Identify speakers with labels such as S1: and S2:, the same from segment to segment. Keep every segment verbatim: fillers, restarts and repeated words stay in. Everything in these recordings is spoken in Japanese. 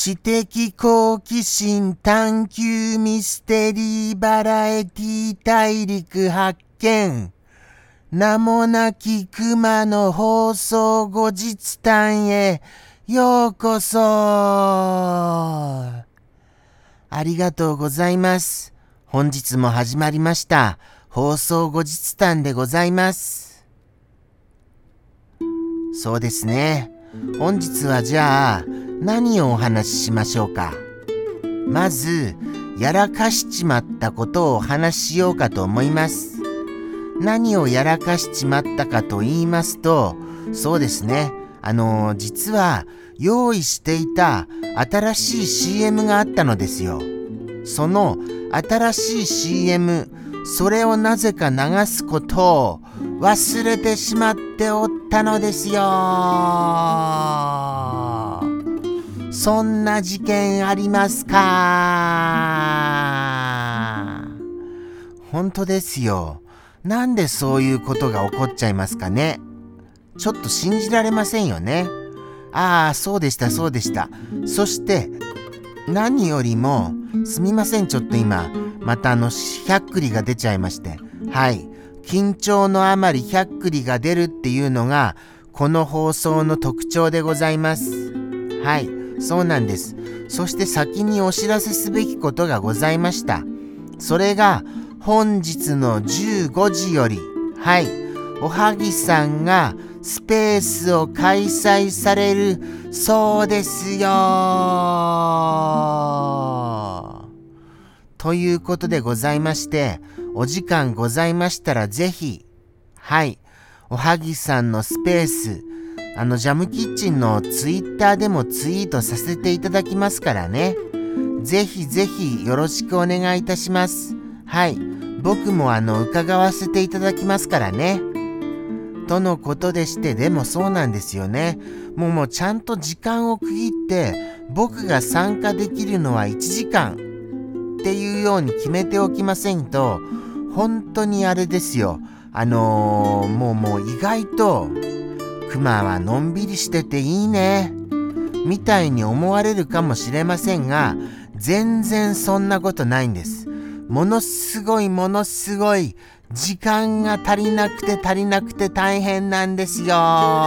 S1: 知的好奇心探求ミステリーバラエティ大陸発見。名もなき熊の放送後日談へようこそ。ありがとうございます。本日も始まりました放送後日談でございます。そうですね。本日はじゃあ何をお話ししましょうか。まずやらかしちまったことをお話ししようかと思います。何をやらかしちまったかと言いますと、そうですね、あの実は用意していた新しい シーエム があったのですよ。その新しい シーエム、それをなぜか流すことを忘れてしまっておったのですよ。そんな事件ありますか？本当ですよ。なんでそういうことが起こっちゃいますかね。ちょっと信じられませんよね。ああ、そうでしたそうでした。そして何よりもすみません、ちょっと今またあのしゃっくりが出ちゃいまして、はい、緊張のあまりしゃっくりが出るっていうのがこの放送の特徴でございます。はい、そうなんです。そして先にお知らせすべきことがございました。それが本日のじゅうごじより、はい、おはぎさんがスペースを開催されるそうですよ。ということでございまして、お時間ございましたらぜひ、はい、おはぎさんのスペース、あのジャムキッチンのツイッターでもツイートさせていただきますからね。ぜひぜひよろしくお願いいたします。はい、僕もあの伺わせていただきますからね。とのことでして、でもそうなんですよね。もうもうちゃんと時間を区切って僕が参加できるのはいちじかんっていうように決めておきませんと、本当にあれですよ。あのー、もうもう意外とクマはのんびりしてていいねみたいに思われるかもしれませんが、全然そんなことないんです。ものすごいものすごい時間が足りなくて足りなくて大変なんですよ。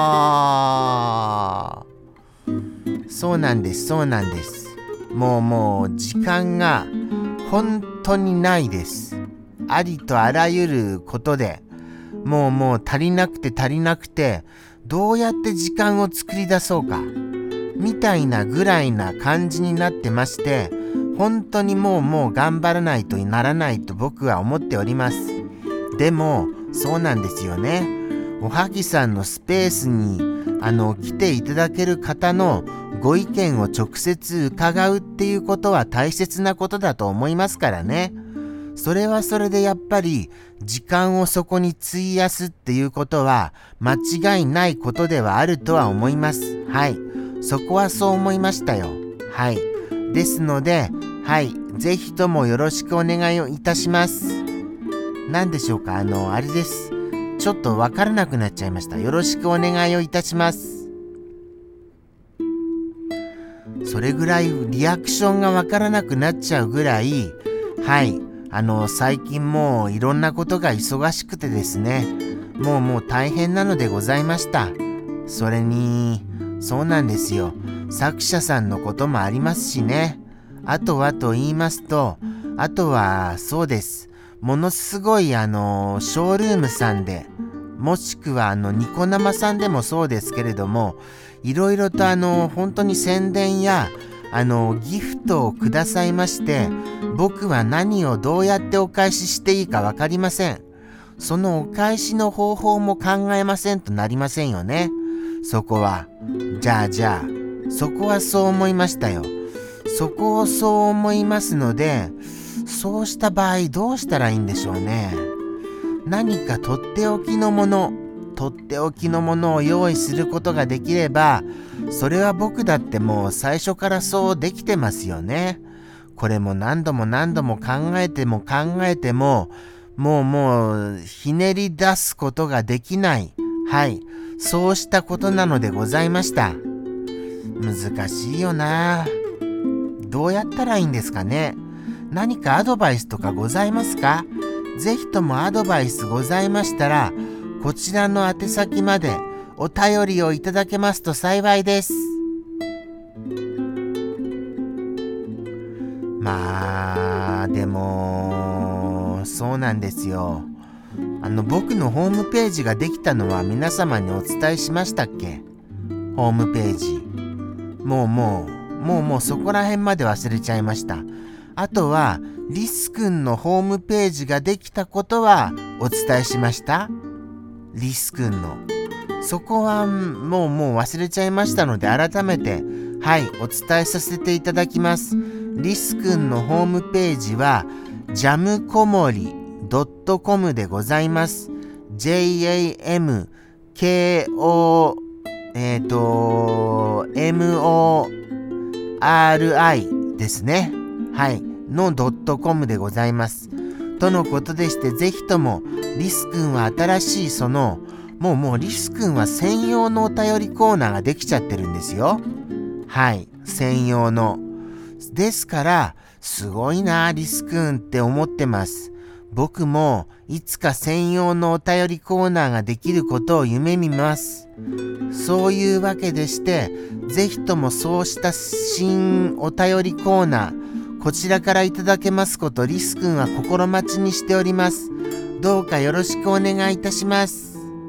S1: そうなんですそうなんです。もうもう時間が本当にないです。ありとあらゆることでもうもう足りなくて足りなくて、どうやって時間を作り出そうかみたいなぐらいな感じになってまして、本当にもうもう頑張らないとならないと僕は思っております。でもそうなんですよね。おはぎさんのスペースにあの来ていただける方のご意見を直接伺うっていうことは大切なことだと思いますからね。それはそれでやっぱり時間をそこに費やすっていうことは間違いないことではあるとは思います。はい、そこはそう思いましたよ。はい、ですので、はい、ぜひともよろしくお願いをいたします。何でしょうか、あのあれです。ちょっとわからなくなっちゃいました。よろしくお願いをいたします。それぐらいリアクションがわからなくなっちゃうぐらい、はい、あの最近もういろんなことが忙しくてですね、もうもう大変なのでございました。それにそうなんですよ、作者さんのこともありますしね。あとはと言いますと、あとはそうです、ものすごいあのショールームさんで、もしくはあのニコ生さんでもそうですけれども、いろいろとあの本当に宣伝やあのギフトをくださいまして、僕は何をどうやってお返ししていいか分かりません。そのお返しの方法も考えませんとなりませんよね。そこはじゃあじゃあそこはそう思いましたよ。そこをそう思いますので、そうした場合どうしたらいいんでしょうね。何かとっておきのものとっておきのものを用意することができれば、それは僕だってもう最初からそうできてますよね。これも何度も何度も考えても考えてももうもうひねり出すことができない、はい、そうしたことなのでございました。難しいよな。 どうやったらいいんですかね。何かアドバイスとかございますか？ぜひともアドバイスございましたら、こちらの宛先までお便りをいただけますと幸いです。まあ、でも、そうなんですよ。あの、僕のホームページができたのは皆様にお伝えしましたっけ？ホームページ。もうもう、もうもうそこら辺まで忘れちゃいました。あとは、リスくんのホームページができたことはお伝えしました？リスくんの。そこはもうもう忘れちゃいましたので、改めて、はい、お伝えさせていただきます。リスくんのホームページは、ジャムコモリ .com でございます。ジェイエーエムケーオー えっと、エムオーアールアイ ですね。はい。の .com でございます。とのことでして、ぜひとも、リスくんは新しいその、もうもうリスくんは専用のお便りコーナーができちゃってるんですよ。はい。専用の。ですから、すごいな、リスくんって思ってます。僕も、いつか専用のお便りコーナーができることを夢見ます。そういうわけでして、ぜひともそうした新お便りコーナー、こちらからいただけますこと、リスくんは心待ちにしております。どうかよろしくお願いいたします。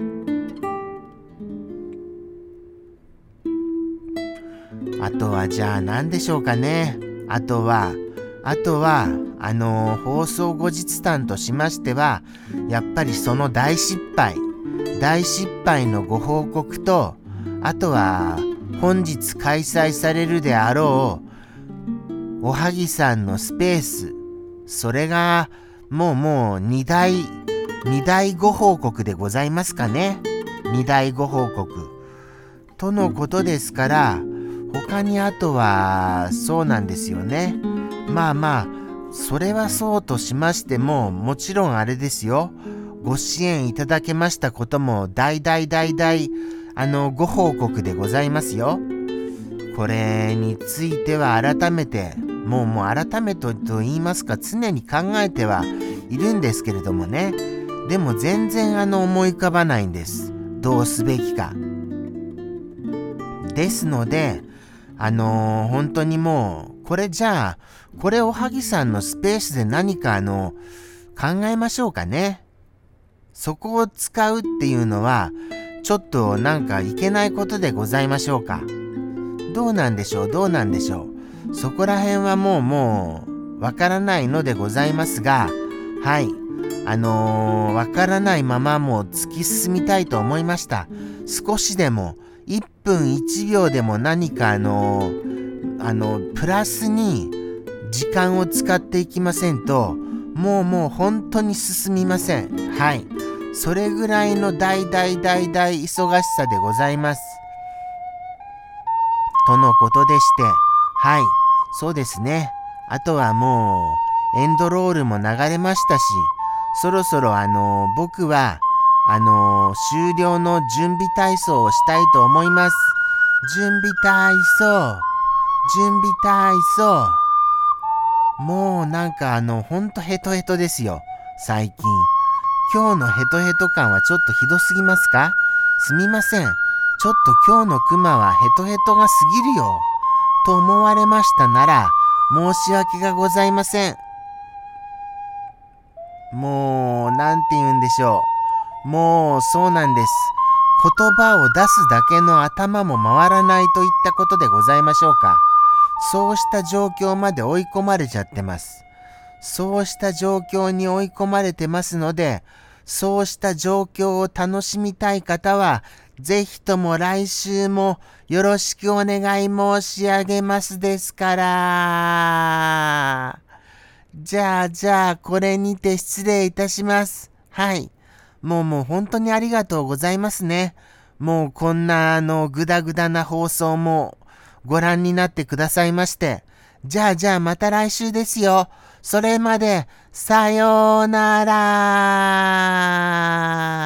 S1: あとはじゃあ何でしょうかね。あとは、あとは、あのー、放送後日談としましては、やっぱりその大失敗、大失敗のご報告と、あとは、本日開催されるであろう、おはぎさんのスペース、それが、もうもう二大、二大ご報告でございますかね。二大ご報告。とのことですから、他にあとは、そうなんですよね。まあまあ、それはそうとしましても、もちろんあれですよ。ご支援いただけましたことも、大大大大、あの、ご報告でございますよ。これについては改めて、もうもう改めてと言いますか、常に考えてはいるんですけれどもね。でも全然あの思い浮かばないんです。どうすべきか。ですので、あのー、本当にもう、これじゃあ、これおはぎさんのスペースで何かあの、考えましょうかね。そこを使うっていうのは、ちょっとなんかいけないことでございましょうか。どうなんでしょう、どうなんでしょう。そこら辺はもうもう、わからないのでございますが、はい。あのー、わからないままもう突き進みたいと思いました。少しでも、いっぷんいちびょうでも何かあのー、あの、プラスに時間を使っていきませんと、もうもう本当に進みません。はい。それぐらいの大大大大忙しさでございます。とのことでして、はい。そうですね。あとはもう、エンドロールも流れましたし、そろそろあのー、僕は、あのー、終了の準備体操をしたいと思います。準備体操、準備体操。もうなんかあの、ほんとヘトヘトですよ、最近。今日のヘトヘト感はちょっとひどすぎますか？すみません。ちょっと今日のクマはヘトヘトが過ぎるよ。と思われましたなら、申し訳がございません。もう、なんて言うんでしょう。もう、そうなんです。言葉を出すだけの頭も回らないといったことでございましょうか。そうした状況まで追い込まれちゃってます。そうした状況に追い込まれてますので、そうした状況を楽しみたい方は、ぜひとも来週もよろしくお願い申し上げますですから。じゃあじゃあこれにて失礼いたします。はい。もうもう本当にありがとうございますね。もうこんなあのグダグダな放送もご覧になってくださいまして。じゃあじゃあまた来週ですよ。それまでさようなら。